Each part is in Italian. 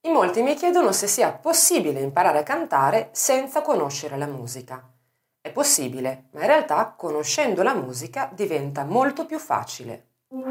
In molti mi chiedono se sia possibile imparare a cantare senza conoscere la musica. È possibile, ma in realtà conoscendo la musica diventa molto più facile.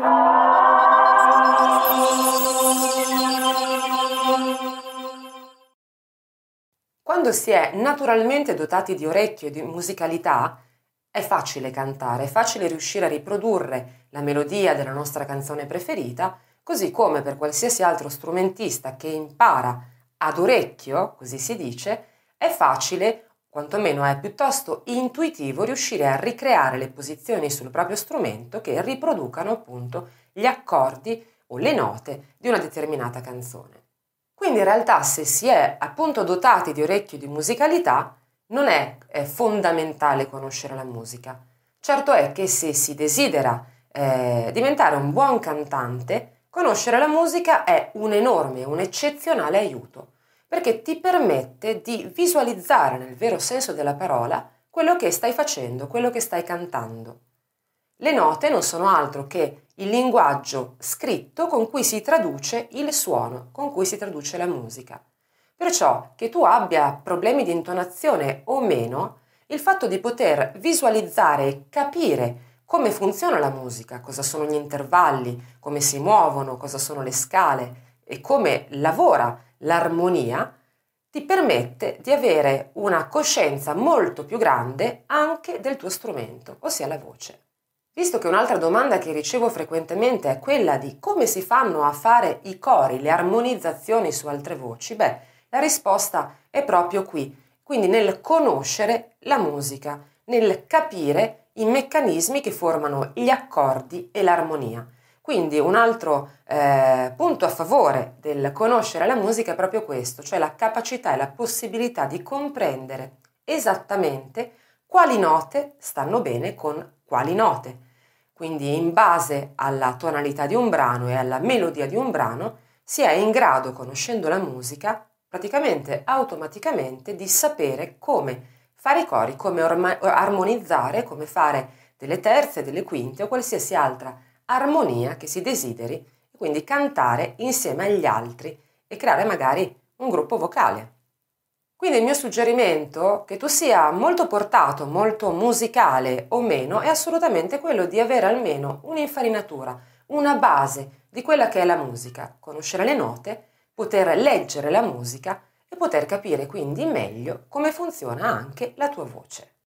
Quando si è naturalmente dotati di orecchio e di musicalità, è facile cantare, è facile riuscire a riprodurre la melodia della nostra canzone preferita, così come per qualsiasi altro strumentista che impara ad orecchio, così si dice, è facile, quantomeno è piuttosto intuitivo, riuscire a ricreare le posizioni sul proprio strumento che riproducano appunto gli accordi o le note di una determinata canzone. Quindi in realtà se si è appunto dotati di orecchio e di musicalità, non è fondamentale conoscere la musica. Certo è che se si desidera diventare un buon cantante, conoscere la musica è un enorme, un eccezionale aiuto, perché ti permette di visualizzare nel vero senso della parola quello che stai facendo, quello che stai cantando. Le note non sono altro che il linguaggio scritto con cui si traduce il suono, con cui si traduce la musica. Perciò che tu abbia problemi di intonazione o meno, il fatto di poter visualizzare e capire come funziona la musica, cosa sono gli intervalli, come si muovono, cosa sono le scale e come lavora l'armonia, ti permette di avere una coscienza molto più grande anche del tuo strumento, ossia la voce. Visto che un'altra domanda che ricevo frequentemente è quella di come si fanno a fare i cori, le armonizzazioni su altre voci, la risposta è proprio qui, quindi nel conoscere la musica, nel capire i meccanismi che formano gli accordi e l'armonia. Quindi un altro punto a favore del conoscere la musica è proprio questo, cioè la capacità e la possibilità di comprendere esattamente quali note stanno bene con quali note. Quindi in base alla tonalità di un brano e alla melodia di un brano si è in grado, conoscendo la musica, praticamente automaticamente di sapere come fare i cori, come armonizzare, come fare delle terze, delle quinte o qualsiasi altra armonia che si desideri e quindi cantare insieme agli altri e creare magari un gruppo vocale. Quindi il mio suggerimento, che tu sia molto portato, molto musicale o meno, è assolutamente quello di avere almeno un'infarinatura, una base di quella che è la musica, conoscere le note, poter leggere la musica e poter capire quindi meglio come funziona anche la tua voce.